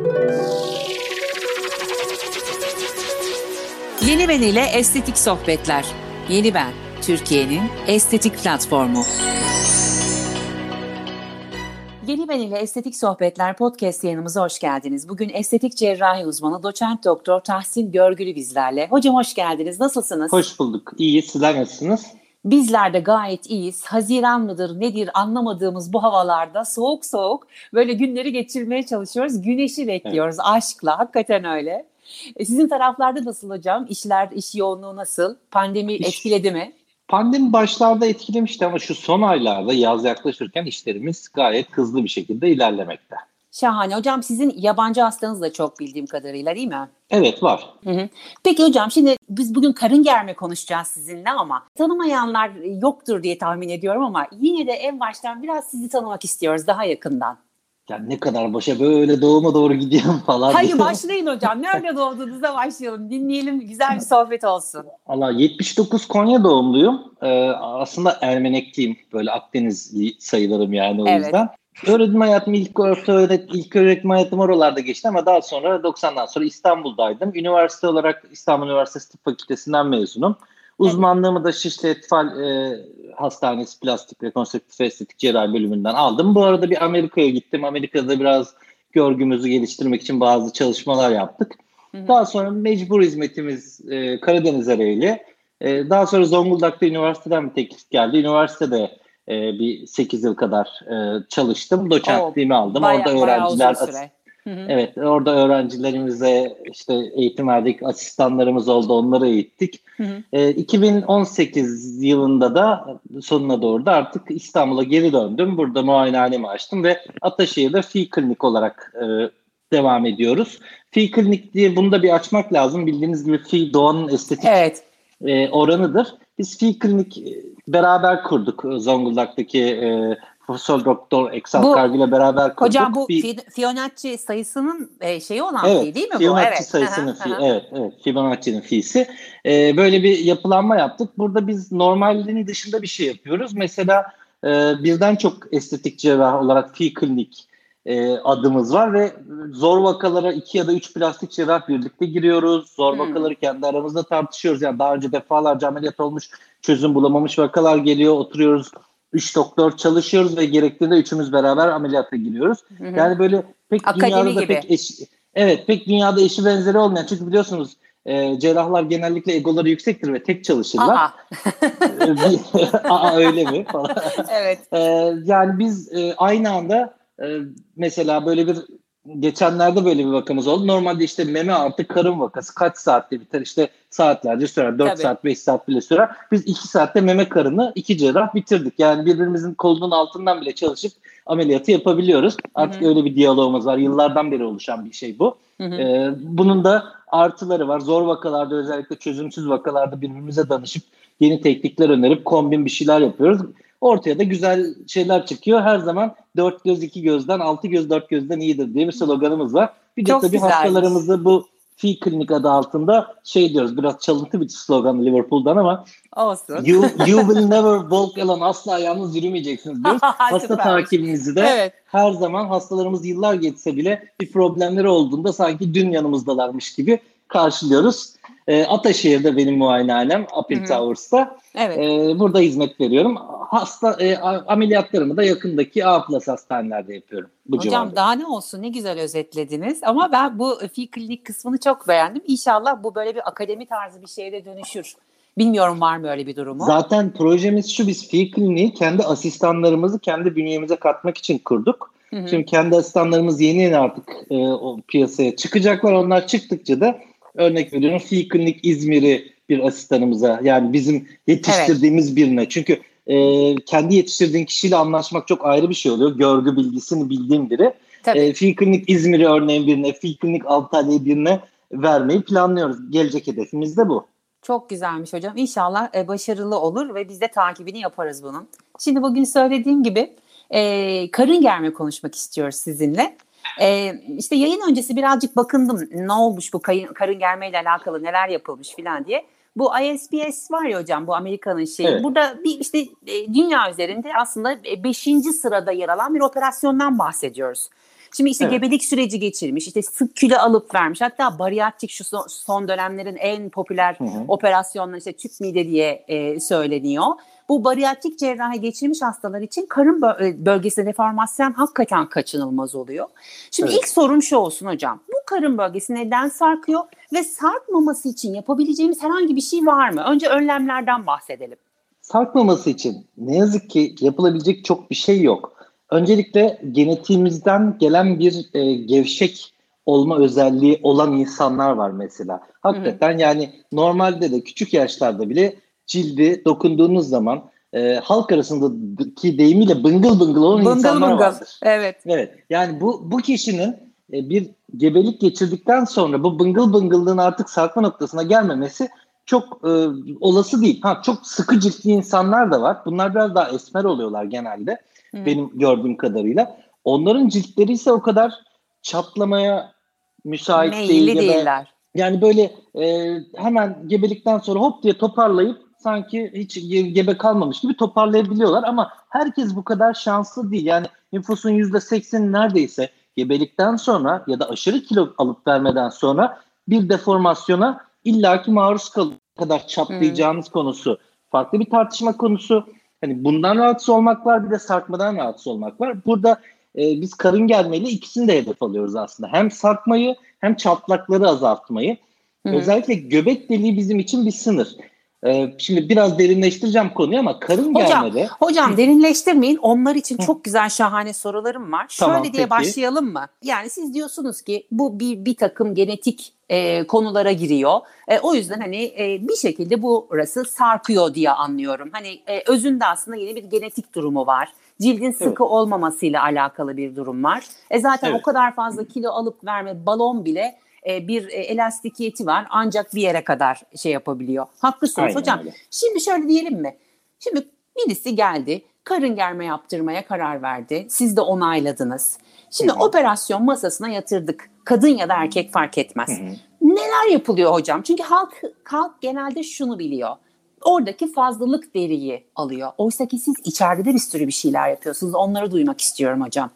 Yeni Ben ile Estetik Sohbetler. Yeni Ben, Türkiye'nin estetik platformu. Yeni Ben ile Estetik Sohbetler podcast yayınımıza hoş geldiniz. Bugün estetik cerrahi uzmanı doçent doktor Tahsin Görgülü bizlerle. Hocam hoş geldiniz. Nasılsınız? Hoş bulduk. İyi. Sizler nasılsınız? Bizler de gayet iyiyiz. Haziran mıdır nedir anlamadığımız bu havalarda soğuk soğuk böyle günleri geçirmeye çalışıyoruz. Güneşi bekliyoruz aşkla. Hakikaten öyle. Sizin taraflarda nasıl hocam? İş yoğunluğu nasıl? Pandemi etkiledi mi? Pandemi başlarda etkilemişti ama şu son aylarda yaz yaklaşırken işlerimiz gayet hızlı bir şekilde ilerlemekte. Şahane. Hocam sizin yabancı hastanız da çok bildiğim kadarıyla değil mi? Evet, var. Hı. Peki hocam şimdi biz bugün karın germe konuşacağız sizinle ama tanımayanlar yoktur diye tahmin ediyorum ama yine de en baştan biraz sizi tanımak istiyoruz daha yakından. Ya ne kadar başa böyle doğuma doğru gidiyorum falan. Hayır başlayın hocam. Nerede doğduğunuzda başlayalım. Dinleyelim. Güzel bir sohbet olsun. Allah 79 Konya doğumluyum. Aslında Ermenekliyim. Böyle Akdenizli sayılırım yani o yüzden. Öğretim hayatım ilk öğretim hayatım oralarda geçti ama daha sonra 90'dan sonra İstanbul'daydım. Üniversite olarak İstanbul Üniversitesi Tıp Fakültesinden mezunum. Uzmanlığımı da Şişli Etfal Hastanesi Plastik Rekonstrüktif Estetik Cerrahi bölümünden aldım. Bu arada bir Amerika'ya gittim. Amerika'da biraz görgümüzü geliştirmek için bazı çalışmalar yaptık. Daha sonra mecbur hizmetimiz Karadeniz Ereğli. Daha sonra Zonguldak'ta üniversiteden bir teklif geldi. Üniversitede bir 8 yıl kadar çalıştım. Doçentliğimi aldım. Orada öğrenciler evet, orada öğrencilerimize işte eğitim verdik, asistanlarımız oldu, onları eğittik. 2018 yılında da sonuna doğru da artık İstanbul'a geri döndüm. Burada muayenehanemi açtım ve Ataşehir'de Fi Klinik olarak devam ediyoruz. Fi Klinik diye bunu da bir açmak lazım. Bildiğiniz gibi Fi doğanın estetik oranıdır. Biz Fi Klinik beraber kurduk Zonguldak'taki Profesör Doktor Eksal Kargı ile beraber kurduk. Hocam bu Fibonacci sayısının şeyi olan fi değil mi bu? Fibonacci sayısının fi. Evet, Fibonacci'nin fi'si. Böyle bir yapılanma yaptık. Burada biz normalinin dışında bir şey yapıyoruz. Mesela birden çok estetik cerrah olarak fi klinik adımız var ve zor vakalara 2 ya da 3 plastik cerrah birlikte giriyoruz. Zor vakaları kendi aramızda tartışıyoruz. Yani daha önce defalarca ameliyat olmuş, çözüm bulamamış vakalar geliyor. Oturuyoruz. 3 doktor çalışıyoruz ve gerektiğinde üçümüz beraber ameliyata giriyoruz. Yani böyle pek akademi dünyada gibi. pek dünyada eşi benzeri olmayan. Çünkü biliyorsunuz cerrahlar genellikle egoları yüksektir ve tek çalışırlar. Öyle mi falan. Evet. Yani biz aynı anda mesela böyle bir geçenlerde böyle bir vakamız oldu. Normalde işte meme artı karın vakası kaç saatte biter? İşte saatlerce sürer. 4 saat 5 saat bile sürer. Biz 2 saatte meme karını 2 cerrah bitirdik. Yani birbirimizin kolunun altından bile çalışıp ameliyatı yapabiliyoruz. Artık öyle bir diyalogumuz var. Yıllardan beri oluşan bir şey bu. Bunun da artıları var. Zor vakalarda özellikle çözümsüz vakalarda birbirimize danışıp yeni teknikler önerip kombin bir şeyler yapıyoruz. Ortaya da güzel şeyler çıkıyor. Her zaman 4 göz 2 gözden, 6 göz 4 gözden iyidir diye bir sloganımız var. Bir de tabii hastalarımızı bu Fi Klinik adı altında diyoruz. Biraz çalıntı bir slogan Liverpool'dan ama olsun. You will never walk alone. Asla yalnız yürümeyeceksiniz diyoruz. Hasta takibimizi de her zaman hastalarımız yıllar geçse bile bir problemleri olduğunda sanki dün yanımızdalarmış gibi karşılıyoruz. Ataşehir'de benim muayenehanem, Apil Towers'ta. Burada hizmet veriyorum. Ameliyatlarımı da yakındaki A+ hastanelerde yapıyorum. Hocam civarda. Daha ne olsun, ne güzel özetlediniz. Ama ben bu Fi Klinik kısmını çok beğendim. İnşallah bu böyle bir akademi tarzı bir şeye de dönüşür. Bilmiyorum var mı öyle bir durumu? Zaten projemiz şu, biz Fi Klinik'i kendi asistanlarımızı kendi bünyemize katmak için kurduk. Şimdi kendi asistanlarımız yeni artık o piyasaya çıkacaklar. Onlar çıktıkça da örnek veriyorum Fi Klinik İzmir'i bir asistanımıza, yani bizim yetiştirdiğimiz birine. Çünkü kendi yetiştirdiğin kişiyle anlaşmak çok ayrı bir şey oluyor. Görgü bilgisini bildiğin biri. Fi Klinik İzmir'i örneğin birine, Fi Klinik Antalya'yı birine vermeyi planlıyoruz. Gelecek hedefimiz de bu. Çok güzelmiş hocam. İnşallah başarılı olur ve biz de takibini yaparız bunun. Şimdi bugün söylediğim gibi karın germe konuşmak istiyoruz sizinle. İşte yayın öncesi birazcık bakındım ne olmuş bu karın germeyle alakalı, neler yapılmış filan diye. Bu ISPS var ya hocam, bu Amerika'nın şeyi. Evet. Burada bir işte dünya üzerinde aslında 5. sırada yer alan bir operasyondan bahsediyoruz. Şimdi işte gebelik süreci geçirmiş, işte sık kilo alıp vermiş. Hatta bariyatrik şu son dönemlerin en popüler operasyonları işte tüp mide diye söyleniyor. Bu bariyatrik cerrahi geçirmiş hastalar için karın bölgesinde deformasyon hakikaten kaçınılmaz oluyor. Şimdi ilk sorum şu olsun hocam. Bu karın bölgesi neden sarkıyor ve sarkmaması için yapabileceğimiz herhangi bir şey var mı? Önce önlemlerden bahsedelim. Sarkmaması için ne yazık ki yapılabilecek çok bir şey yok. Öncelikle genetiğimizden gelen bir gevşek olma özelliği olan insanlar var mesela. Hakikaten yani normalde de küçük yaşlarda bile cildi dokunduğunuz zaman halk arasındaki deyimiyle bıngıl bıngıl olan insanlar vardır. Evet. Evet. Yani bu kişinin bir gebelik geçirdikten sonra bu bıngıl bıngıllığın artık sarkma noktasına gelmemesi çok olası değil. Çok sıkı ciltli insanlar da var. Bunlar biraz daha esmer oluyorlar genelde. Benim gördüğüm kadarıyla. Onların ciltleri ise o kadar çatlamaya müsait meyilli değiller. Yani böyle hemen gebelikten sonra hop diye toparlayıp sanki hiç gebe kalmamış gibi toparlayabiliyorlar ama herkes bu kadar şanslı değil. Yani nüfusun %80'i neredeyse gebelikten sonra ya da aşırı kilo alıp vermeden sonra bir deformasyona illaki maruz kalıyor. Kadar çatlayacağınız konusu farklı bir tartışma konusu. Hani bundan rahatsız olmak var, bir de sarkmadan rahatsız olmak var. Burada biz karın germeyle ikisini de hedef alıyoruz aslında. Hem sarkmayı hem çatlakları azaltmayı. Özellikle göbek deliği bizim için bir sınır. Şimdi biraz derinleştireceğim konuyu ama karın germede... Hocam derinleştirmeyin. Onlar için çok güzel, şahane sorularım var. Tamam, Şöyle diye başlayalım mı? Yani siz diyorsunuz ki bu bir takım genetik konulara giriyor. O yüzden hani bir şekilde burası sarkıyor diye anlıyorum. Hani özünde aslında yine bir genetik durumu var. Cildin sıkı olmamasıyla alakalı bir durum var. Zaten o kadar fazla kilo alıp verme, balon bile bir elastikiyeti var. Ancak bir yere kadar şey yapabiliyor. Haklısınız Aynen hocam. Öyle. Şimdi şöyle diyelim mi? Şimdi birisi geldi, karın germe yaptırmaya karar verdi. Siz de onayladınız. Şimdi operasyon masasına yatırdık. Kadın ya da erkek fark etmez. Neler yapılıyor hocam? Çünkü halk genelde şunu biliyor. Oradaki fazlalık deriyi alıyor. Oysa ki siz içeride de bir sürü bir şeyler yapıyorsunuz. Onları duymak istiyorum hocam.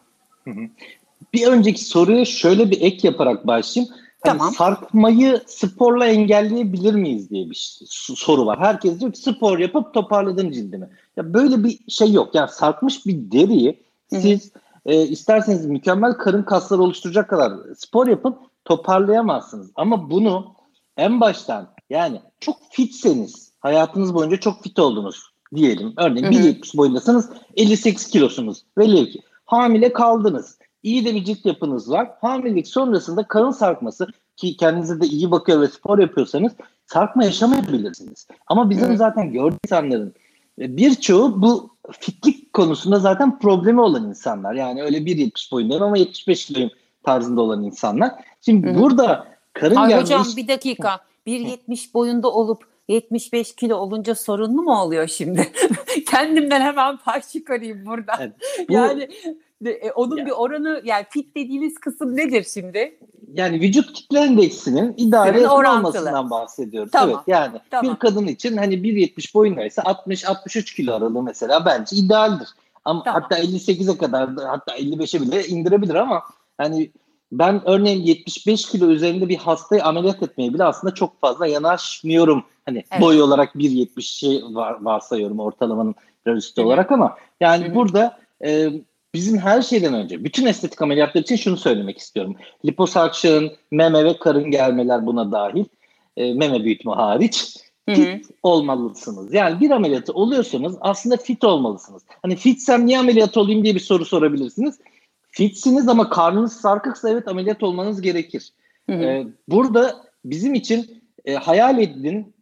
Bir önceki soruya şöyle bir ek yaparak başlayayım. Hani sarkmayı sporla engelleyebilir miyiz diye bir soru var. Herkes diyor ki spor yapıp toparladım cildimi. Ya böyle bir şey yok. Yani sarkmış bir deriyi siz isterseniz mükemmel karın kasları oluşturacak kadar spor yapıp toparlayamazsınız. Ama bunu en baştan, yani çok fitseniz, hayatınız boyunca çok fit oldunuz diyelim. Örneğin 1.70 boyundasınız, 58 kilosunuz. Velev ki hamile kaldınız. İyi de bir cilt yapınız var. Hamilelik sonrasında karın sarkması, ki kendinize de iyi bakıyor ve spor yapıyorsanız sarkma yaşamayabilirsiniz. Ama bizim zaten gördüğümüz insanların birçoğu bu fitlik konusunda zaten problemi olan insanlar. Yani öyle 1.70 boyundayım ama 75 kiloyum tarzında olan insanlar. Şimdi burada karın germeyi... Hocam bir dakika. 1.70 boyunda olup 75 kilo olunca sorunlu mu oluyor şimdi? Kendimden hemen pay çıkarayım burada. Evet, yani onun bir oranı, yani fit dediğiniz kısım nedir şimdi? Yani vücut kitle endeksinin idare olmasından bahsediyoruz. Evet, yani bir kadın için hani 1.70 boyundaysa 60-63 kilo aralığı mesela bence idealdir. Ama hatta 58'e kadar, hatta 55'e bile indirebilir ama hani ben örneğin 75 kilo üzerinde bir hastayı ameliyat etmeye bile aslında çok fazla yanaşmıyorum. Hani boy olarak 1.70 varsayıyorum ortalamanın biraz üstü olarak ama yani burada bizim her şeyden önce bütün estetik ameliyatlar için şunu söylemek istiyorum. Liposuction, meme ve karın germeler buna dahil. Meme büyütme hariç. Fit olmalısınız. Yani bir ameliyatı oluyorsanız aslında fit olmalısınız. Hani fitsem niye ameliyat olayım diye bir soru sorabilirsiniz. Fitsiniz ama karnınız sarkıksa evet ameliyat olmanız gerekir. Burada bizim için hayal edin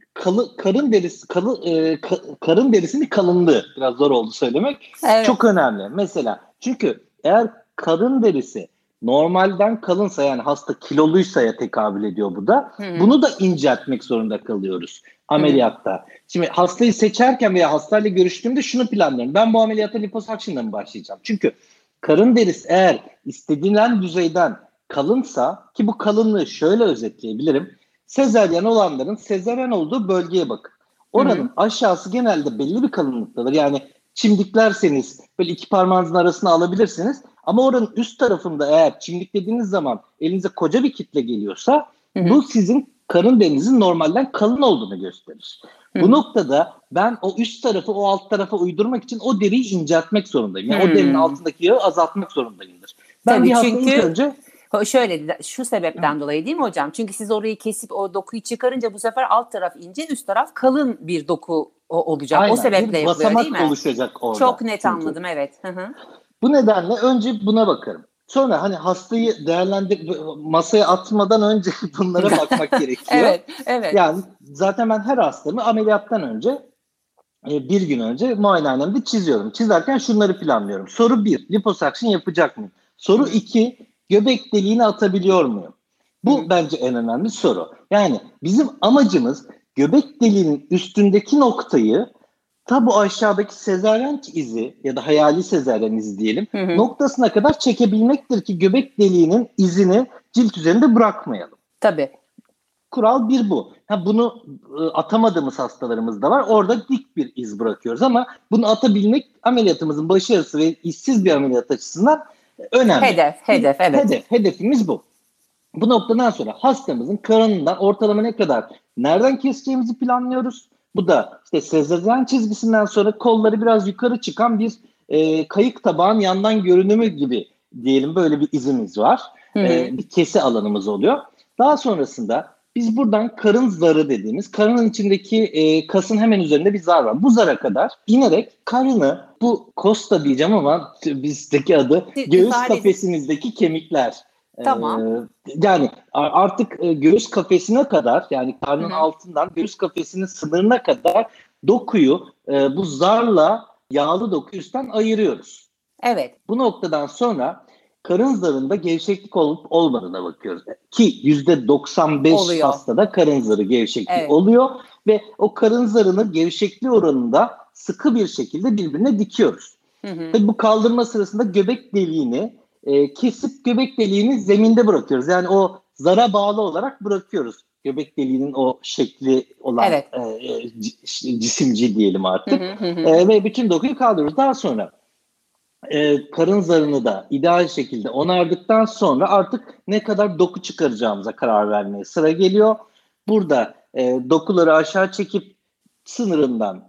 karın derisinin kalınlığı, biraz zor oldu söylemek. Evet. Çok önemli. Mesela çünkü eğer karın derisi normalden kalınsa, yani hasta kiloluysa'ya tekabül ediyor bu da. Bunu da inceltmek zorunda kalıyoruz ameliyatta. Şimdi hastayı seçerken veya hastayla görüştüğümde şunu planlıyorum. Ben bu ameliyata liposuction'la mı başlayacağım? Çünkü karın derisi eğer istenilen düzeyden kalınsa, ki bu kalınlığı şöyle özetleyebilirim. Sezaryen olanların sezaryen olduğu bölgeye bakın. Oranın aşağısı genelde belli bir kalınlıktadır. Yani çimdiklerseniz böyle iki parmağınızın arasına alabilirsiniz. Ama oranın üst tarafında eğer çimdiklediğiniz zaman elinize koca bir kitle geliyorsa bu sizin karın derinizin normalden kalın olduğunu gösterir. Bu noktada ben o üst tarafı o alt tarafa uydurmak için o deriyi inceltmek zorundayım. Yani o derinin altındaki yağı azaltmak zorundayımdır. Ben Tabii, bir hafta çünkü ilk önce şöyle, şu sebepten dolayı değil mi hocam? Çünkü siz orayı kesip o dokuyu çıkarınca bu sefer alt taraf ince, üst taraf kalın bir doku olacak. aynen, O sebeple bir yapılıyor değil basamak mi? oluşacak orada. Çok net Çünkü. anladım, evet. Hı-hı. Bu nedenle önce buna bakarım. Sonra hani hastayı masaya atmadan önce bunlara bakmak gerekiyor. Evet. Yani zaten ben her hastamı ameliyattan önce bir gün önce muayenehanemde çiziyorum. Çizerken şunları planlıyorum. Soru 1, liposuction yapacak mıyım? Soru 2, göbek deliğini atabiliyor muyum? Bu bence en önemli soru. Yani bizim amacımız göbek deliğinin üstündeki noktayı bu aşağıdaki sezaryen izi ya da hayali sezaryen izi diyelim noktasına kadar çekebilmektir ki göbek deliğinin izini cilt üzerinde bırakmayalım. Tabii. Kural 1 bu. Bunu atamadığımız hastalarımız da var. Orada dik bir iz bırakıyoruz ama bunu atabilmek ameliyatımızın başarısı ve işsiz bir ameliyat açısından önemli. Hedef. Hedefimiz bu. Bu noktadan sonra hastamızın karnından ortalama ne kadar nereden keseceğimizi planlıyoruz. Bu da işte sezaryen çizgisinden sonra kolları biraz yukarı çıkan bir kayık tabağın yandan görünümü gibi diyelim, böyle bir izimiz var. Bir kesi alanımız oluyor. Daha sonrasında biz buradan karın zarı dediğimiz, karının içindeki kasın hemen üzerinde bir zar var. Bu zara kadar inerek karını, bu kosta diyeceğim ama bizdeki adı göğüs kafesimizdeki kemikler. Tamam. Yani artık göğüs kafesine kadar, yani karnın altından göğüs kafesinin sınırına kadar dokuyu bu zarla yağlı doku üstten ayırıyoruz. Evet. Bu noktadan sonra karın zarında gevşeklik olup olmadığına bakıyoruz. Ki %95 oluyor. Hastada karın zarı gevşekliği oluyor ve o karın zarını gevşekliği oranında sıkı bir şekilde birbirine dikiyoruz. Tabii bu kaldırma sırasında göbek deliğini kesip göbek deliğini zeminde bırakıyoruz. Yani o zara bağlı olarak bırakıyoruz. Göbek deliğinin o şekli olan cisimci diyelim artık. Ve bütün dokuyu kaldırıyoruz. Daha sonra karın zarını da ideal şekilde onardıktan sonra artık ne kadar doku çıkaracağımıza karar vermeye sıra geliyor. Burada dokuları aşağı çekip sınırından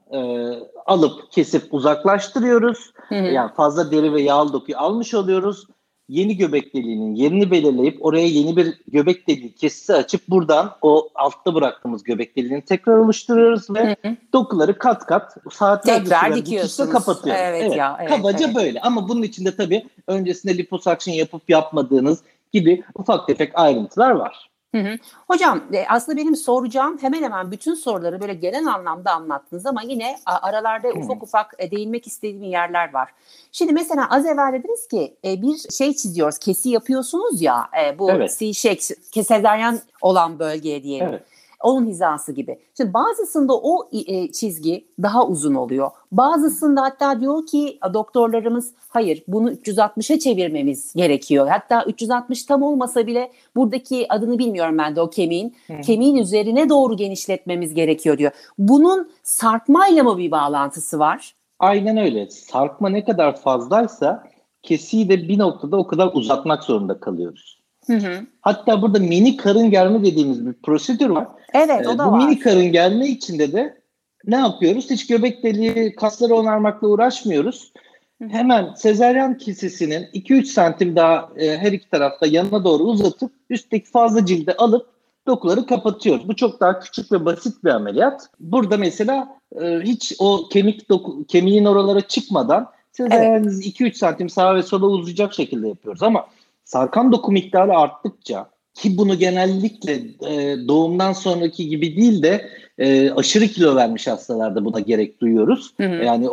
alıp kesip uzaklaştırıyoruz. Yani fazla deri ve yağlı dokuyu almış oluyoruz. Yeni göbek deliğinin yerini belirleyip oraya yeni bir göbek deliği kesisi açıp buradan o altta bıraktığımız göbek deliğini tekrar oluşturuyoruz ve dokuları kat kat saatlerce tekrar süren dikişle kapatıyoruz. Evet. Kabaca böyle, ama bunun içinde tabii öncesinde liposuction yapıp yapmadığınız gibi ufak tefek ayrıntılar var. Hocam aslında benim soracağım hemen hemen bütün soruları böyle genel anlamda anlattınız ama yine aralarda ufak değinmek istediğim yerler var. Şimdi mesela az evvel dediniz ki bir şey çiziyoruz, kesi yapıyorsunuz ya, bu C-shape, sezaryen olan bölgeye diyelim. Evet. Onun hizası gibi. Şimdi bazısında o çizgi daha uzun oluyor. Bazısında hatta diyor ki doktorlarımız hayır, bunu 360'a çevirmemiz gerekiyor. Hatta 360 tam olmasa bile buradaki adını bilmiyorum ben de o kemiğin üzerine doğru genişletmemiz gerekiyor diyor. Bunun sarkmayla mı bir bağlantısı var? Aynen öyle. Sarkma ne kadar fazlaysa kesiyi de bir noktada o kadar uzatmak zorunda kalıyoruz. Hatta burada mini karın germe dediğimiz bir prosedür var. Evet, o da bu var. mini karın germe içinde de ne yapıyoruz? Hiç göbek deliği kasları onarmakla uğraşmıyoruz. Hemen sezaryen kesesinin 2-3 santim daha her iki tarafta yanına doğru uzatıp üstteki fazla cildi alıp dokuları kapatıyoruz. Bu çok daha küçük ve basit bir ameliyat. Burada mesela hiç o kemiğin oralara çıkmadan sezaryeninizi 2-3 santim sağa ve sola uzayacak şekilde yapıyoruz. Ama sarkan doku miktarı arttıkça, ki bunu genellikle doğumdan sonraki gibi değil de aşırı kilo vermiş hastalarda buna gerek duyuyoruz. Yani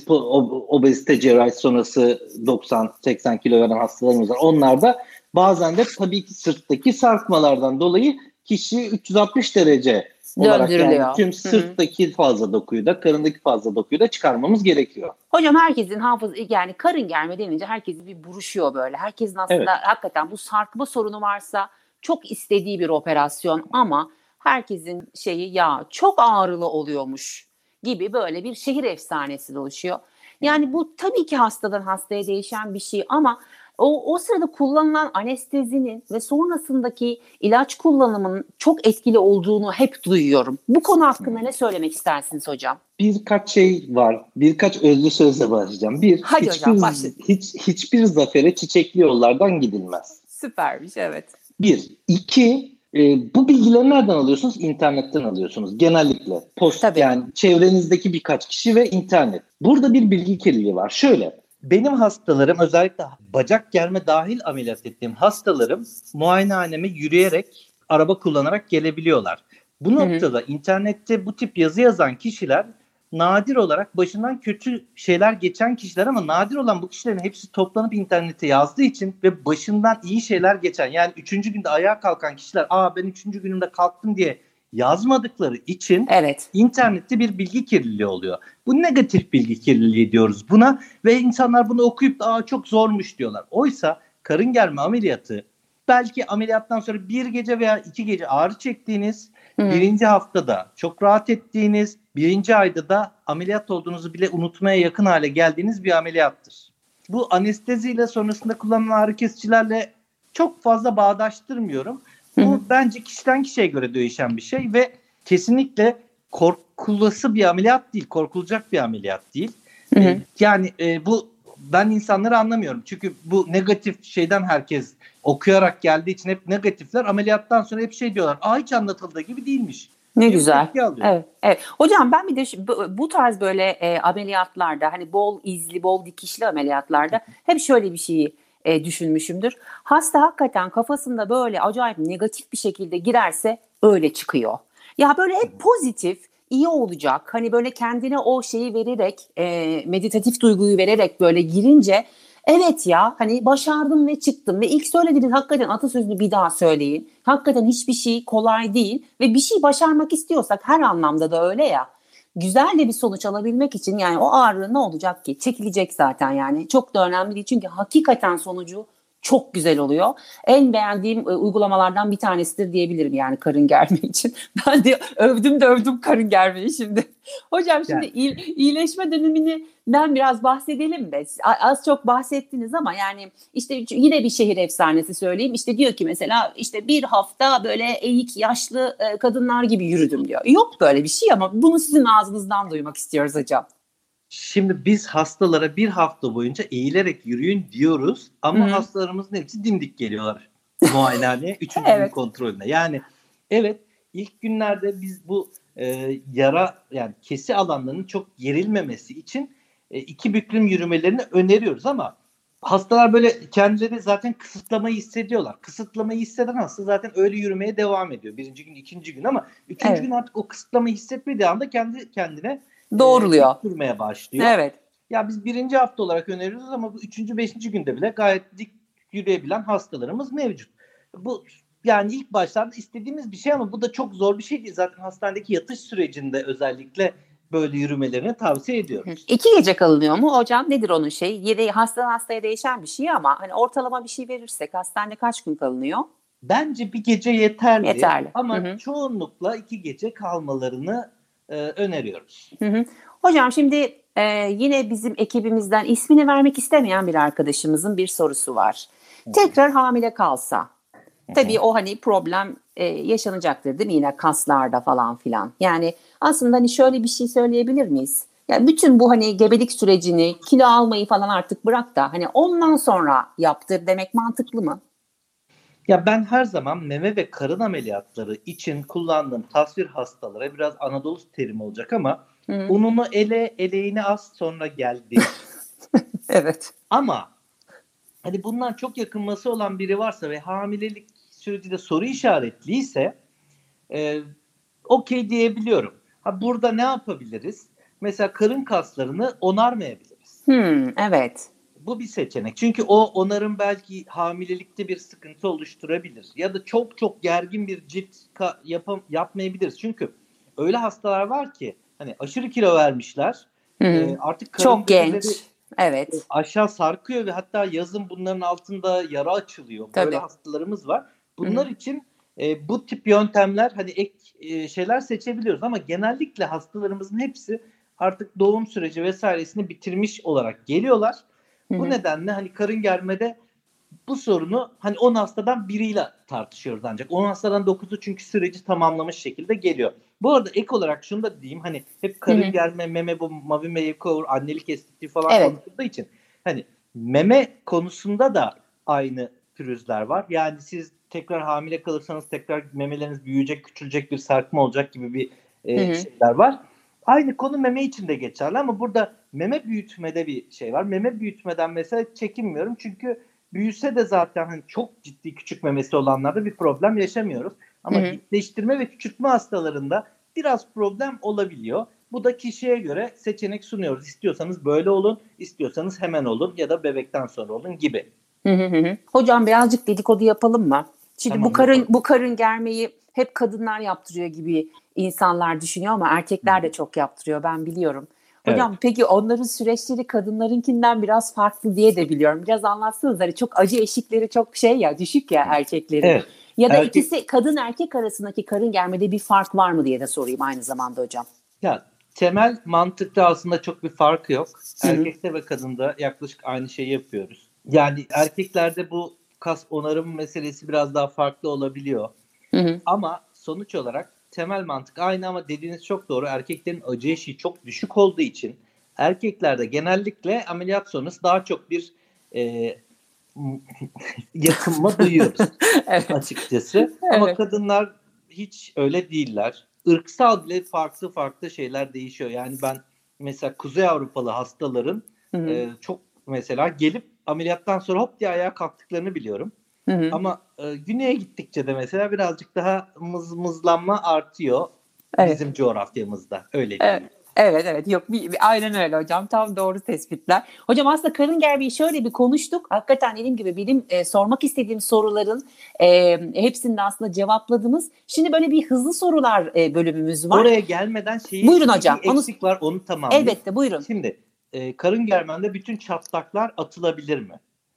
obezite cerrahi sonrası 90-80 kilo veren hastalarımız var. Onlar da bazen de tabii ki sırttaki sarkmalardan dolayı kişi 360 derece olarak yani tüm sırttaki fazla dokuyu da karındaki fazla dokuyu da çıkarmamız gerekiyor. Hocam herkesin yani karın germe denince herkes bir buruşuyor böyle. Herkesin aslında hakikaten bu sarkma sorunu varsa çok istediği bir operasyon ama herkesin şeyi ya çok ağrılı oluyormuş gibi böyle bir şehir efsanesi oluşuyor. Yani bu tabii ki hastadan hastaya değişen bir şey ama o sırada kullanılan anestezinin ve sonrasındaki ilaç kullanımının çok etkili olduğunu hep duyuyorum. Bu konu hakkında ne söylemek istersiniz hocam? Birkaç şey var. Birkaç özlü sözle başlayacağım. Bir, Hadi hocam, başlayın. hiçbir zafere çiçekli yollardan gidilmez. Süpermiş, evet. Bir. İki, bu bilgileri nereden alıyorsunuz? İnternetten alıyorsunuz. Genellikle. Tabii. Yani çevrenizdeki birkaç kişi ve internet. Burada bir bilgi kirliliği var. Şöyle. Benim hastalarım, özellikle bacak germe dahil ameliyat ettiğim hastalarım muayenehaneme yürüyerek, araba kullanarak gelebiliyorlar. Bu noktada internette bu tip yazı yazan kişiler nadir olarak başından kötü şeyler geçen kişiler, ama nadir olan bu kişilerin hepsi toplanıp internete yazdığı için ve başından iyi şeyler geçen, yani 3. günde ayağa kalkan kişiler ben 3. günümde kalktım diye yazmadıkları için internette bir bilgi kirliliği oluyor. Bu negatif bilgi kirliliği diyoruz buna ve insanlar bunu okuyup da çok zormuş diyorlar. Oysa karın germe ameliyatı belki ameliyattan sonra 1 gece veya 2 gece ağrı çektiğiniz, 1. haftada çok rahat ettiğiniz, 1. ayda da ameliyat olduğunuzu bile unutmaya yakın hale geldiğiniz bir ameliyattır. Bu anesteziyle sonrasında kullanılan ağrı kesicilerle çok fazla bağdaştırmıyorum. Bu bence kişiden kişiye göre değişen bir şey ve kesinlikle korkulası bir ameliyat değil, korkulacak bir ameliyat değil. Yani bu, ben insanları anlamıyorum. Çünkü bu negatif şeyden herkes okuyarak geldiği için hep negatifler. Ameliyattan sonra hep şey diyorlar. Hiç anlatıldığı gibi değilmiş. Ne güzel. Evet. Hocam ben bir de bu tarz böyle ameliyatlarda, hani bol izli, bol dikişli ameliyatlarda hep şöyle bir şeyi düşünmüşümdür. Hasta hakikaten kafasında böyle acayip negatif bir şekilde girerse öyle çıkıyor. Ya böyle hep pozitif, iyi olacak. Hani böyle kendine o şeyi vererek, meditatif duyguyu vererek böyle girince, evet ya hani başardım ve çıktım ve ilk söylediğiniz hakikaten atasözünü bir daha söyleyin. Hakikaten hiçbir şey kolay değil ve bir şey başarmak istiyorsak her anlamda da öyle ya. Güzel de bir sonuç alabilmek için yani o ağrı ne olacak ki? Çekilecek zaten yani. Çok da önemli değil çünkü hakikaten sonucu çok güzel oluyor. En beğendiğim uygulamalardan bir tanesidir diyebilirim yani karın germe için. Ben de övdüm karın germeyi şimdi. Hocam şimdi iyileşme döneminden biraz bahsedelim mi? Az çok bahsettiniz ama yani işte yine bir şehir efsanesi söyleyeyim. İşte diyor ki mesela işte 1 hafta böyle eğik yaşlı kadınlar gibi yürüdüm diyor. Yok böyle bir şey ama bunu sizin ağzınızdan duymak istiyoruz hocam. Şimdi biz hastalara 1 hafta boyunca eğilerek yürüyün diyoruz ama hastalarımızın hepsi dimdik geliyorlar muayenehaneye 3. gün kontrolüne. Yani evet, ilk günlerde biz bu yara, yani kesi alanlarının çok gerilmemesi için 2 büklüm yürümelerini öneriyoruz ama hastalar böyle kendileri zaten kısıtlamayı hissediyorlar. Kısıtlamayı hisseden hasta zaten öyle yürümeye devam ediyor 1. gün, 2. gün ama 3. gün artık o kısıtlamayı hissetmediği anda kendi kendine doğruluyor. Sürmeye başlıyor. Evet. Ya biz 1. hafta olarak öneriyoruz ama bu 3. 5. günde bile gayet dik yürüyebilen hastalarımız mevcut. Bu yani ilk başlarda istediğimiz bir şey ama bu da çok zor bir şey değil. Zaten hastanedeki yatış sürecinde özellikle böyle yürümelerini tavsiye ediyoruz. 2 gece kalınıyor mu hocam? Nedir onun şeyi? Yeri hastadan hastaya değişen bir şey ama hani ortalama bir şey verirsek hastanede kaç gün kalınıyor? Bence 1 gece yeterli. Ama çoğunlukla 2 gece kalmalarını öneriyoruz. Hocam şimdi yine bizim ekibimizden ismini vermek istemeyen bir arkadaşımızın bir sorusu var. Tekrar hamile kalsa, tabii o hani problem yaşanacaktır değil mi? Yine kaslarda falan filan. Yani aslında hani şöyle bir şey söyleyebilir miyiz? Yani bütün bu hani gebelik sürecini, kilo almayı falan artık bırak da hani ondan sonra yaptır demek mantıklı mı? Ya ben her zaman meme ve karın ameliyatları için kullandığım tasvir hastalara biraz Anadolu terimi olacak ama ununu eleğini az sonra geldi. Evet. Ama hani bundan çok yakınması olan biri varsa ve hamilelik sürecinde soru işaretliyse okey diyebiliyorum. Burada ne yapabiliriz? Mesela karın kaslarını onarmayabiliriz. Evet. Bu bir seçenek. Çünkü o onarım belki hamilelikte bir sıkıntı oluşturabilir. Ya da çok çok gergin bir cilt yapmayabiliriz. Çünkü öyle hastalar var ki hani aşırı kilo vermişler. Artık karın çok genç. Evet. Aşağı sarkıyor ve hatta yazın bunların altında yara açılıyor. Tabii. Böyle hastalarımız var. Bunlar için Bu tip yöntemler hani ek şeyler seçebiliyoruz ama genellikle hastalarımızın hepsi artık doğum süreci vesairesini bitirmiş olarak geliyorlar. Bu nedenle hani karın germede bu sorunu hani 10 hastadan biriyle tartışıyoruz ancak. 10 hastadan 9'u çünkü süreci tamamlamış şekilde geliyor. Bu arada ek olarak şunu da diyeyim, hani hep karın germe, meme bu mavi makeover, annelik estetiği falan konuşulduğu için hani meme konusunda da aynı pürüzler var. Yani siz tekrar hamile kalırsanız tekrar memeleriniz büyüyecek, küçülecek, bir sarkma olacak gibi bir şeyler var. Aynı konu meme için de geçerli ama burada meme büyütmede bir şey var. Meme büyütmeden mesela çekinmiyorum çünkü büyüse de zaten hani çok ciddi küçük memesi olanlarda bir problem yaşamıyoruz. Ama dikleştirme ve küçültme hastalarında biraz problem olabiliyor. Bu da kişiye göre seçenek sunuyoruz. İstiyorsanız böyle olun, istiyorsanız hemen olun ya da bebekten sonra olun gibi. Hocam birazcık dedikodu yapalım mı? Şimdi Tamam, bu karın germeyi hep kadınlar yaptırıyor gibi insanlar düşünüyor ama erkekler de çok yaptırıyor, ben biliyorum. Hocam peki onların süreçleri kadınlarınkinden biraz farklı diye de biliyorum. Biraz anlatsanız, hani çok acı eşikleri çok düşük ya erkeklerin. Evet. Ya da ikisi kadın erkek arasındaki karın germede bir fark var mı diye de sorayım aynı zamanda hocam. Ya temel mantıkta aslında çok bir farkı yok. Erkekte ve kadında yaklaşık aynı şeyi yapıyoruz. Yani erkeklerde bu kas onarım meselesi biraz daha farklı olabiliyor. Ama sonuç olarak temel mantık aynı ama dediğiniz çok doğru. Erkeklerin acı eşiği çok düşük olduğu için erkeklerde genellikle ameliyat sonrası daha çok bir yakınma duyuyoruz açıkçası. Ama kadınlar hiç öyle değiller. Irksal bile farklı şeyler değişiyor. Yani ben mesela Kuzey Avrupalı hastaların çok mesela gelip ameliyattan sonra hop diye ayağa kalktıklarını biliyorum. Ama güneye gittikçe de mesela birazcık daha mızlanma artıyor bizim coğrafyamızda. Öyle diyeyim. Evet. Yok aynen öyle hocam. Tam doğru tespitler. Hocam aslında karın germeyi şöyle bir konuştuk. Hakikaten dediğim gibi benim sormak istediğim soruların hepsini de aslında cevapladınız. Şimdi böyle bir hızlı sorular bölümümüz var. Oraya gelmeden buyurun hocam. Bir eksik var, onu tamamlayayım. Elbette, buyurun. Şimdi karın germende bütün çatlaklar atılabilir mi?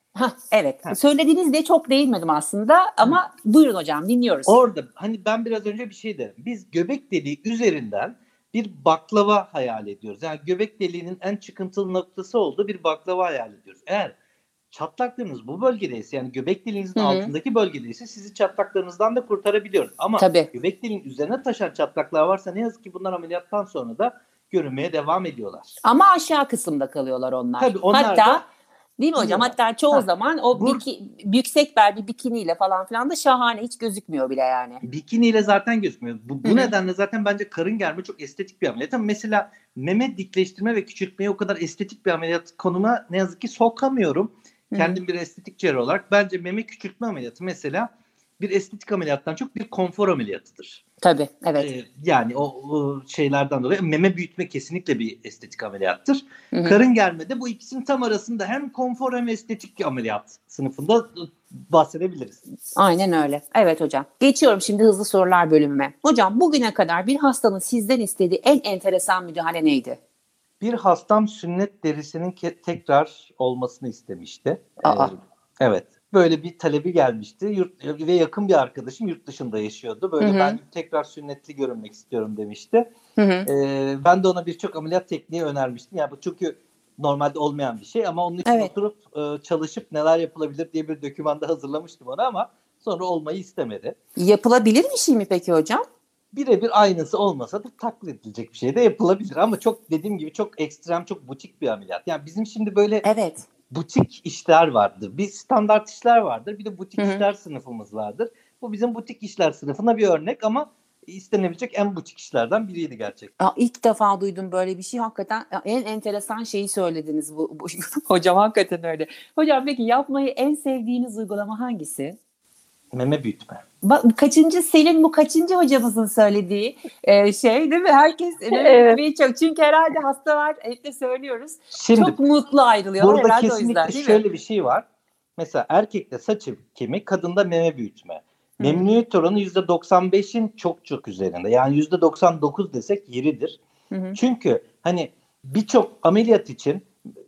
Evet. Söylediğinizde çok değinmedim aslında ama buyurun hocam, dinliyoruz. Orada hani ben biraz önce bir şey dedim. Biz göbek deliği üzerinden bir baklava hayal ediyoruz. Yani göbek deliğinin en çıkıntılı noktası olduğu bir baklava hayal ediyoruz. Eğer çatlaklarınız bu bölgedeyse, yani göbek deliğinizin altındaki bölgedeyse sizi çatlaklarınızdan da kurtarabiliyoruz. Ama göbek deliğinin üzerine taşan çatlaklar varsa ne yazık ki bunlar ameliyattan sonra da görünmeye devam ediyorlar. Ama aşağı kısımda kalıyorlar onlar. Tabii onlar hatta da, değil mi hocam? Hatta çoğu zaman o yüksek bel bir bikiniyle falan filan da şahane, hiç gözükmüyor bile yani. Bikiniyle zaten gözükmüyor. Bu nedenle zaten bence karın germe çok estetik bir ameliyat. Ama mesela meme dikleştirme ve küçültmeyi o kadar estetik bir ameliyat konuma ne yazık ki sokamıyorum. Kendim bir estetik cerrah olarak bence meme küçültme ameliyatı mesela bir estetik ameliyattan çok bir konfor ameliyatıdır. Tabii, evet. Yani o şeylerden dolayı meme büyütme kesinlikle bir estetik ameliyattır. Karın germede bu ikisinin tam arasında hem konfor hem estetik ameliyat sınıfında bahsedebiliriz. Aynen öyle. Evet hocam. Geçiyorum şimdi hızlı sorular bölümüme. Hocam bugüne kadar bir hastanın sizden istediği en enteresan müdahale neydi? Bir hastam sünnet derisinin tekrar olmasını istemişti. Evet. Böyle bir talebi gelmişti. Ve yakın bir arkadaşım yurt dışında yaşıyordu. Böyle ben tekrar sünnetli görünmek istiyorum demişti. Ben de ona birçok ameliyat tekniği önermiştim. Yani bu çünkü normalde olmayan bir şey ama onun için oturup çalışıp neler yapılabilir diye bir dokümanda hazırlamıştım ona ama sonra olmayı istemedi. Yapılabilir bir şey mi peki hocam? Birebir aynısı olmasa da taklit edilecek bir şey de yapılabilir ama çok dediğim gibi çok ekstrem, çok butik bir ameliyat. Yani bizim şimdi böyle butik işler vardır. Bir standart işler vardır. Bir de butik işler sınıfımız vardır. Bu bizim butik işler sınıfına bir örnek ama istenebilecek en butik işlerden biriydi gerçekten. İlk defa duydum böyle bir şey. Hakikaten en enteresan şeyi söylediniz bu hocam, hakikaten öyle. Hocam peki yapmayı en sevdiğiniz uygulama hangisi? Meme büyütme. Bu kaçıncı hocamızın söylediği şey değil mi? Herkes meme çok. Çünkü herhalde hastalar hep de söylüyoruz. Şimdi, çok mutlu ayrılıyorlar burada herhalde o yüzden. Burada kesinlikle şöyle bir şey var. Mesela erkekte saç ekimi, kadında meme büyütme. Memnuniyet oranı %95'in çok üzerinde. Yani %99 desek yeridir. Çünkü hani birçok ameliyat için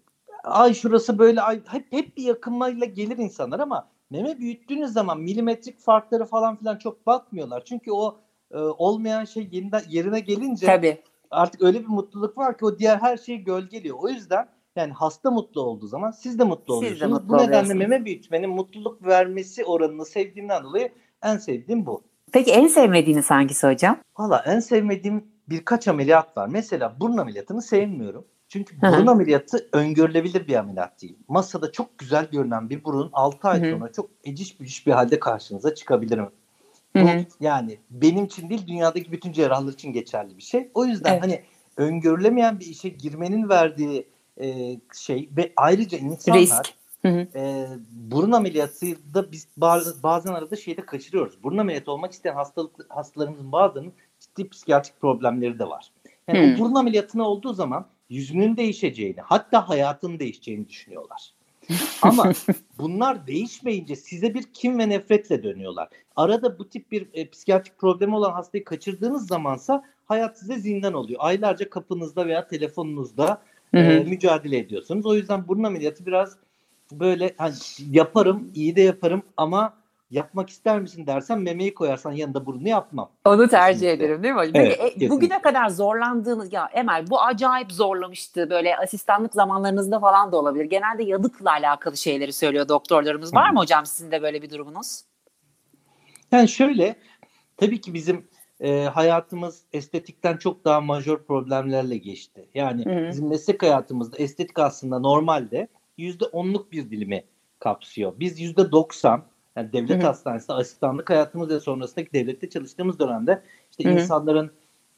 ay şurası böyle, ay hep bir yakınmayla gelir insanlar ama meme büyüttüğünüz zaman milimetrik farkları falan filan çok bakmıyorlar. Çünkü o olmayan şey yeniden yerine gelince Tabii. artık öyle bir mutluluk var ki o diğer her şeyi gölgeliyor. O yüzden yani hasta mutlu olduğu zaman siz de mutlu Siz de oluyorsunuz. mutlu Bu nedenle oluyorsunuz. meme büyütmenin mutluluk vermesi oranını sevdiğimden dolayı en sevdiğim bu. Peki en sevmediğiniz hangisi hocam? Valla en sevmediğim birkaç ameliyat var. Mesela burun ameliyatını sevmiyorum. Çünkü Hı hı. burun ameliyatı öngörülebilir bir ameliyat değil. Masada çok güzel görünen bir burun 6 ay Hı hı. sonra çok eciş bücüş bir halde karşınıza çıkabilir mi? Hı Bu hı. yani benim için değil, dünyadaki bütün cerrahlar için geçerli bir şey. O yüzden Evet. hani öngörülemeyen bir işe girmenin verdiği şey ve ayrıca insanlar Risk. Hı hı. burun ameliyatı da biz bazen arada şeyde kaçırıyoruz. Burun ameliyatı olmak isteyen hastalarımızın bazılarının ciddi psikiyatrik problemleri de var. Yani o Hı. burun ameliyatına olduğu zaman yüzünün değişeceğini, hatta hayatının değişeceğini düşünüyorlar. Ama bunlar değişmeyince size bir kin ve nefretle dönüyorlar. Arada bu tip bir psikiyatrik problemi olan hastayı kaçırdığınız zamansa hayat size zindan oluyor. Aylarca kapınızda veya telefonunuzda Hı hı. mücadele ediyorsunuz. O yüzden burun ameliyatı biraz böyle hani yaparım, iyi de yaparım ama yapmak ister misin dersen memeyi koyarsan yanında burnu yapmam. Onu tercih Kesinlikle. ederim değil mi hocam? Evet, Peki kesinlikle. bugüne kadar zorlandığınız, ya Emel bu acayip zorlamıştı, böyle asistanlık zamanlarınızda falan da olabilir. Genelde yadıkla alakalı şeyleri söylüyor doktorlarımız. Var mı hocam sizin de böyle bir durumunuz? Yani şöyle, tabii ki bizim hayatımız estetikten çok daha majör problemlerle geçti. Yani Hı hı. bizim meslek hayatımızda estetik aslında normalde %10'luk bir dilimi kapsıyor. Biz %90, yani devlet Hı hı. hastanesinde asistanlık hayatımız ve sonrasındaki devlette çalıştığımız dönemde işte Hı hı. insanların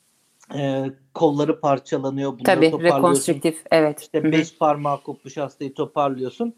kolları parçalanıyor, bunları Tabii toparlıyorsun. rekonstrüktif, evet. Hı İşte hı. 5 parmağı kopmuş hastayı toparlıyorsun.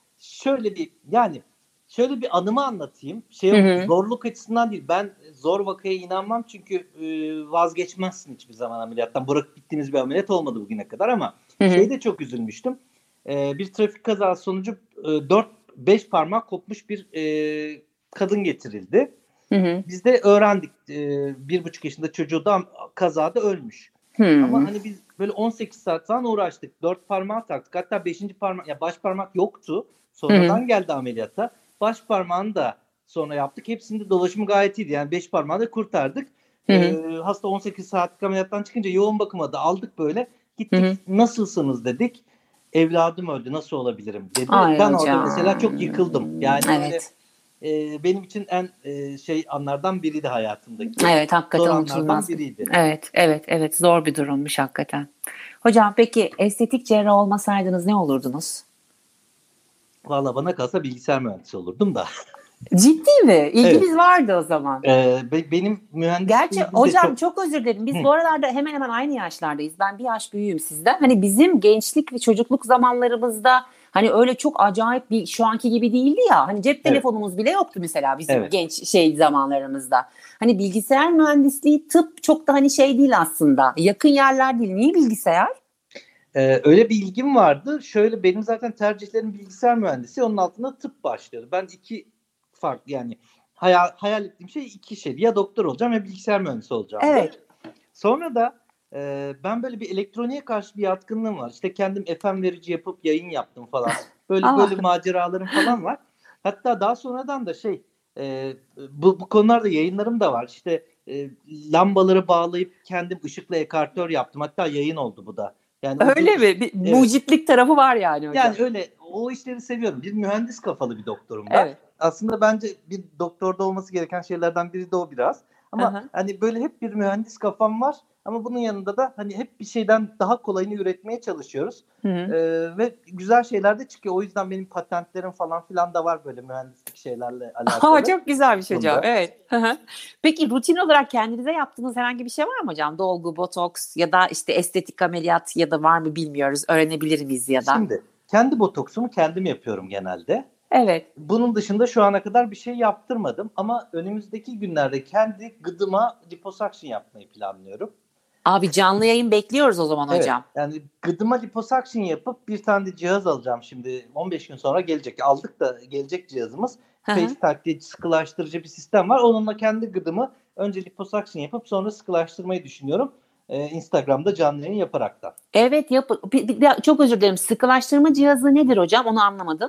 Şöyle bir anımı anlatayım. Hı hı. Zorluk açısından değil. Ben zor vakaya inanmam çünkü vazgeçmezsin hiçbir zaman ameliyattan. Bırakıp gittiğimiz bir ameliyat olmadı bugüne kadar ama Hı hı. şeyde çok üzülmüştüm. Bir trafik kazası sonucu 4-5 parmak kopmuş bir kadın getirildi. Hı hı. Biz de öğrendik. 1,5 yaşında çocuğu da kazada ölmüş. Ama Hı. hani biz böyle 18 saat falan uğraştık. 4 parmağı taktık. Hatta 5. parmak, ya baş parmak yoktu. Hı hı. Sonradan geldi ameliyata. Baş parmağını da sonra yaptık. Hepsinde dolaşımı gayet iyiydi. Yani 5 parmağı da kurtardık. Hı hı. Hasta 18 saatlik ameliyattan çıkınca yoğun bakıma da aldık böyle. Hı Gittik, hı. nasılsınız dedik. Evladım öldü, nasıl olabilirim dedi. Ay Ben orada mesela çok hocam. yıkıldım. Yani böyle Evet. benim için en anlardan biriydi hayatımdaki. Evet, hakikaten Zor anlardan unutulmaz. biriydi. Evet, evet, evet. Zor bir durummuş hakikaten. Hocam peki estetik cerrah olmasaydınız ne olurdunuz? Valla bana kalsa bilgisayar mühendisi olurdum da. Ciddi mi? Evet. İlginiz vardı o zaman. Benim mühendisle Gerçi ilgili de hocam çok... çok özür dilerim. Biz Hı, bu aralarda hemen hemen aynı yaşlardayız. Ben bir yaş büyüğüm sizden. Hani bizim gençlik ve çocukluk zamanlarımızda hani öyle çok acayip bir şu anki gibi değildi ya. Hani cep evet, telefonumuz bile yoktu mesela bizim evet. genç zamanlarımızda. Hani bilgisayar mühendisliği, tıp çok da hani şey değil aslında. Yakın yerler değil. Niye bilgisayar? Öyle bir ilgim vardı. Şöyle, benim zaten tercihlerim bilgisayar mühendisi. Onun altında tıp başlıyordu. Ben iki farklı, yani hayal ettiğim şey iki şeydi. Ya doktor olacağım ya bilgisayar mühendisi olacağımdı. Evet. Sonra da ben böyle bir elektroniğe karşı bir yatkınlığım var. İşte kendim FM verici yapıp yayın yaptım falan. Böyle Ah, maceralarım falan var. Hatta daha sonradan da bu konularda yayınlarım da var. İşte lambaları bağlayıp kendim ışıkla ekartör yaptım. Hatta yayın oldu bu da. Yani öyle mi? Bir evet. mucitlik tarafı var yani hocam. Yani öyle, o işleri seviyorum. Bir mühendis kafalı bir doktorum ben. Evet. Aslında bence bir doktorda olması gereken şeylerden biri de o biraz. Ama Aha. hani böyle hep bir mühendis kafam var. Ama bunun yanında da hani hep bir şeyden daha kolayını üretmeye çalışıyoruz. Hı hı. Ve güzel şeyler de çıkıyor. O yüzden benim patentlerim falan filan da var böyle mühendislik şeylerle Aa, alakalı. çok güzelmiş hocam. Bunda. Evet. Hı hı. Peki rutin olarak kendinize yaptığınız herhangi bir şey var mı hocam? Dolgu, botoks ya da işte estetik ameliyat ya da var mı bilmiyoruz. Öğrenebilir miyiz ya da? Şimdi kendi botoksumu kendim yapıyorum genelde. Evet. Bunun dışında şu ana kadar bir şey yaptırmadım ama önümüzdeki günlerde kendi gıdıma liposuction yapmayı planlıyorum. Abi canlı yayın bekliyoruz o zaman Evet, hocam. yani gıdıma liposuction yapıp bir tane de cihaz alacağım şimdi. 15 gün sonra gelecek. Aldık da gelecek cihazımız. Hı hı. Face taklidici, sıkılaştırıcı bir sistem var. Onunla kendi gıdımı önce liposuction yapıp sonra sıkılaştırmayı düşünüyorum. Instagram'da canlı yayın yaparaktan. Evet, çok özür dilerim. Sıkılaştırma cihazı nedir hocam? Onu anlamadım.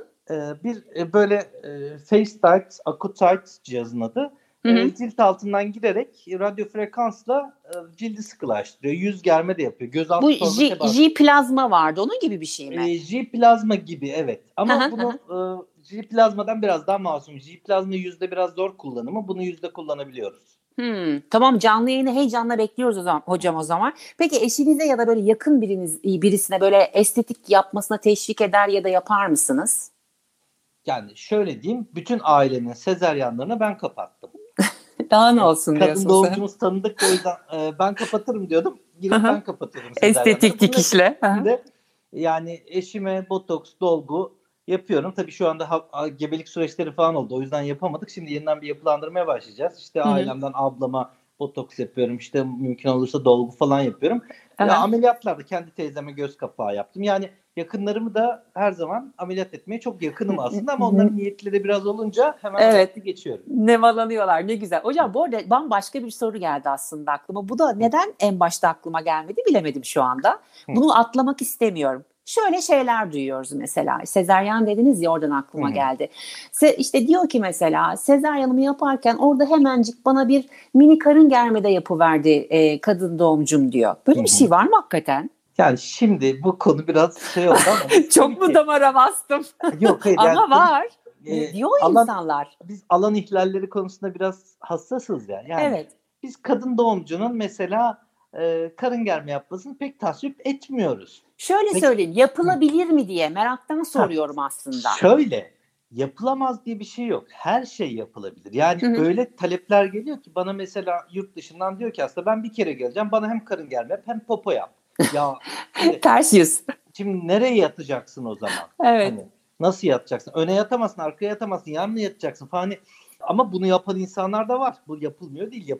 Böyle FaceTite, Accutite cihazın adı. Hı hı. Cilt altından girerek radyo frekansla cildi sıkılaştırıyor. Yüz germe de yapıyor. Bu Gözaltı torba teması. J plazma vardı. Onun gibi bir şey mi? J plazma gibi, evet. Hı Ama hı, hı hı. bunu J plazmadan biraz daha masum. J plazma yüzde biraz zor kullanımı. Bunu yüzde kullanabiliyoruz. Tamam, canlı yayını heyecanla bekliyoruz hocam o zaman. Peki eşinize ya da böyle yakın birisine böyle estetik yapmasına teşvik eder ya da yapar mısınız? Yani şöyle diyeyim, bütün ailenin sezaryenlerini ben kapattım. Daha ne olsun Kadın diyorsun sen? doğumcumuz tanıdık, o yüzden ben kapatırım diyordum. Girip ben kapatıyordum sezaryenleri. Estetik dikişle. Şimdi yani eşime botoks, dolgu yapıyorum. Tabii şu anda gebelik süreçleri falan oldu. O yüzden yapamadık. Şimdi yeniden bir yapılandırmaya başlayacağız. İşte ailemden ablama botoks yapıyorum. İşte mümkün olursa dolgu falan yapıyorum. Ya ameliyatlarda kendi teyzeme göz kapağı yaptım. Yani yakınlarımı da her zaman ameliyat etmeye çok yakınım aslında, ama onların niyetleri biraz olunca hemen ameliyatı geçiyorum. Nemalanıyorlar, ne güzel. Hocam bu arada bambaşka bir soru geldi aslında aklıma. Bu da neden en başta aklıma gelmedi bilemedim şu anda. Bunu atlamak istemiyorum. Şöyle şeyler duyuyoruz mesela. Sezaryen dediniz ya, oradan aklıma geldi. İşte diyor ki mesela, sezaryanımı yaparken orada hemencik bana bir mini karın germe de yapıverdi kadın doğumcum diyor. Böyle bir şey var mı hakikaten? Yani şimdi bu konu biraz şey oldu ama çok mu damara bastım? Yok, hayır. Ama yani, var. Diyor insanlar. Biz alan ihlalleri konusunda biraz hassasız ya. Yani evet. Biz kadın doğumcunun mesela karın germe yapmasını pek tasvip etmiyoruz. Şöyle söyleyeyim, yapılabilir mi diye meraktan soruyorum aslında. Şöyle, yapılamaz diye bir şey yok. Her şey yapılabilir. Yani öyle talepler geliyor ki bana, mesela yurt dışından diyor ki aslında ben bir kere geleceğim, bana hem karın germe yap hem popo yap. Ya ters yüz. Şimdi nereye yatacaksın o zaman? Evet. Hani nasıl yatacaksın? Öne yatamazsın, arkaya yatamazsın, yanına yatacaksın falan. Hani, ama bunu yapan insanlar da var. Bu yapılmıyor değil.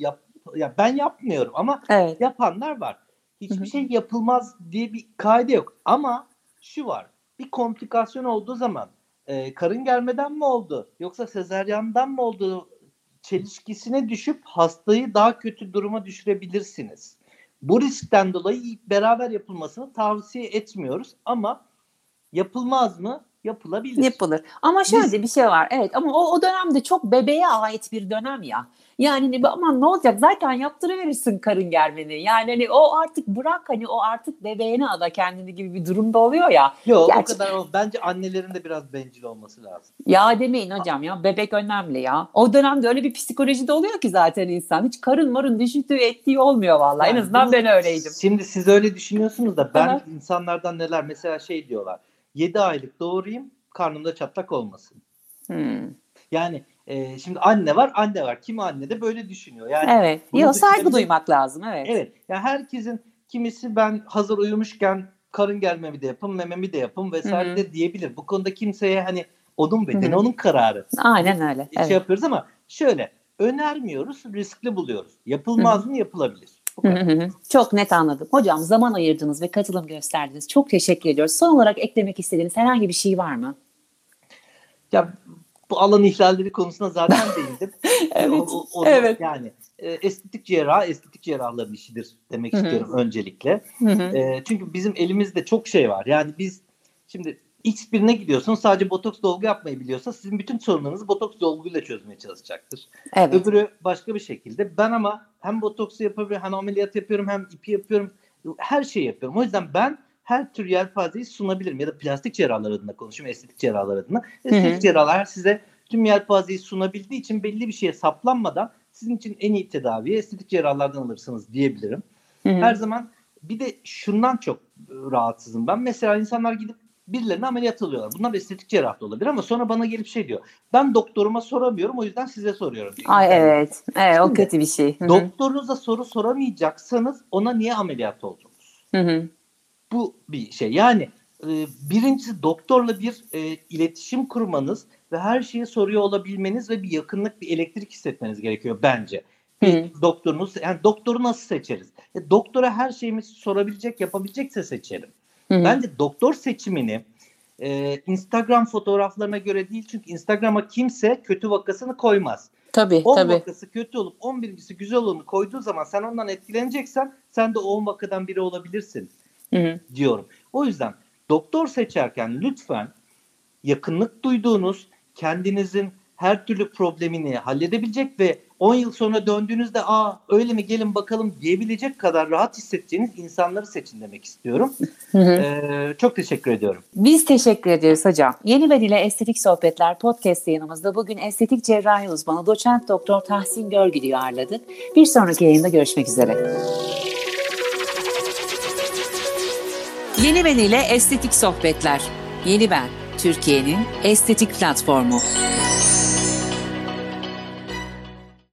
Ya ben yapmıyorum ama yapanlar var. Hiçbir şey yapılmaz diye bir kaide yok. Ama şu var. Bir komplikasyon olduğu zaman karın germeden mi oldu yoksa sezaryandan mı oldu çelişkisine düşüp hastayı daha kötü duruma düşürebilirsiniz. Bu riskten dolayı beraber yapılmasını tavsiye etmiyoruz, ama yapılmaz mı? Yapılabilir. Yapılır. Ama şöyle bir şey var. Evet, ama o dönemde çok bebeğe ait bir dönem ya. Yani aman ne olacak, zaten yaptırıverirsin karın germeni. Yani hani o artık bırak, hani o artık bebeğine ada kendini gibi bir durumda oluyor ya. Yok, o kadar bence annelerin de biraz bencil olması lazım. Ya demeyin hocam ya, bebek önemli ya. O dönemde öyle bir psikolojide oluyor ki zaten insan. Hiç karın marın düşündüğü ettiği olmuyor vallahi. Yani en azından ben öyleydim. Şimdi siz öyle düşünüyorsunuz da ben insanlardan neler mesela şey diyorlar. 7 aylık doğurayım, karnımda çatlak olmasın. Yani şimdi anne var. Kimi anne de böyle düşünüyor. Yani evet. Yok, saygı duymak lazım. Evet. Evet. Yani herkesin, kimisi ben hazır uyumuşken karın germemi de yapın, mememi de yapın vesaire de diyebilir. Bu konuda kimseye hani onun bedeni, onun kararı. Aynen öyle. Şey yapıyoruz ama şöyle önermiyoruz, riskli buluyoruz. Yapılmaz mı? Yapılabilir. Çok net anladım. Hocam, zaman ayırdınız ve katılım gösterdiniz. Çok teşekkür ediyoruz. Son olarak eklemek istediğiniz herhangi bir şey var mı? Ya bu alan ihlalleri konusunda zaten değindim. evet. Yani estetik cerrahların işidir demek istiyorum öncelikle. Çünkü bizim elimizde çok şey var. Yani biz şimdi X birine gidiyorsunuz, sadece botoks dolgu yapmayı biliyorsa sizin bütün sorunlarınızı botoks dolguyla çözmeye çalışacaktır. Evet. Öbürü başka bir şekilde. Ben ama hem botoksu yapabiliyorum, hem ameliyat yapıyorum, hem ipi yapıyorum. Her şeyi yapıyorum. O yüzden ben her tür yelpazeyi sunabilirim. Ya da plastik cerrahlar adına konuşayım, estetik cerrahlar adına. Estetik cerrahlar size tüm yelpazeyi sunabildiği için belli bir şeye saplanmadan sizin için en iyi tedaviyi estetik cerrahlardan alırsınız diyebilirim. Her zaman bir de şundan çok rahatsızım ben. Mesela insanlar gidip birilerine ameliyat alıyorlar. Bunlar estetik cerrah da olabilir ama sonra bana gelip şey diyor. Ben doktoruma soramıyorum, o yüzden size soruyorum diyor. Ay evet. Evet, o kötü bir şey. Doktorunuza soru soramayacaksanız ona niye ameliyat oldunuz? Bu bir şey. Yani birincisi doktorla bir iletişim kurmanız ve her şeyi soruyor olabilmeniz ve bir yakınlık, bir elektrik hissetmeniz gerekiyor bence. Doktorunuz, yani doktoru nasıl seçeriz? Doktora her şeyimizi sorabilecek, yapabilecekse seçerim. Bence doktor seçimini Instagram fotoğraflarına göre değil, çünkü Instagram'a kimse kötü vakasını koymaz. Tabii, 10 tabii. vakası kötü olup 11.si güzel olanı koyduğu zaman sen ondan etkileneceksen sen de 10 vakadan biri olabilirsin diyorum. O yüzden doktor seçerken lütfen yakınlık duyduğunuz, kendinizin her türlü problemini halledebilecek ve 10 yıl sonra döndüğünüzde öyle mi gelin bakalım diyebilecek kadar rahat hissedeceğiniz insanları seçin demek istiyorum. Çok teşekkür ediyorum. Biz teşekkür ederiz hocam. Yeni Ben ile Estetik Sohbetler podcast yayınımızda bugün estetik cerrahi uzmanı doçent doktor Tahsin Görgülü'yü ağırladık. Bir sonraki yayında görüşmek üzere. Yeni Ben ile Estetik Sohbetler. Yeni Ben, Türkiye'nin estetik platformu.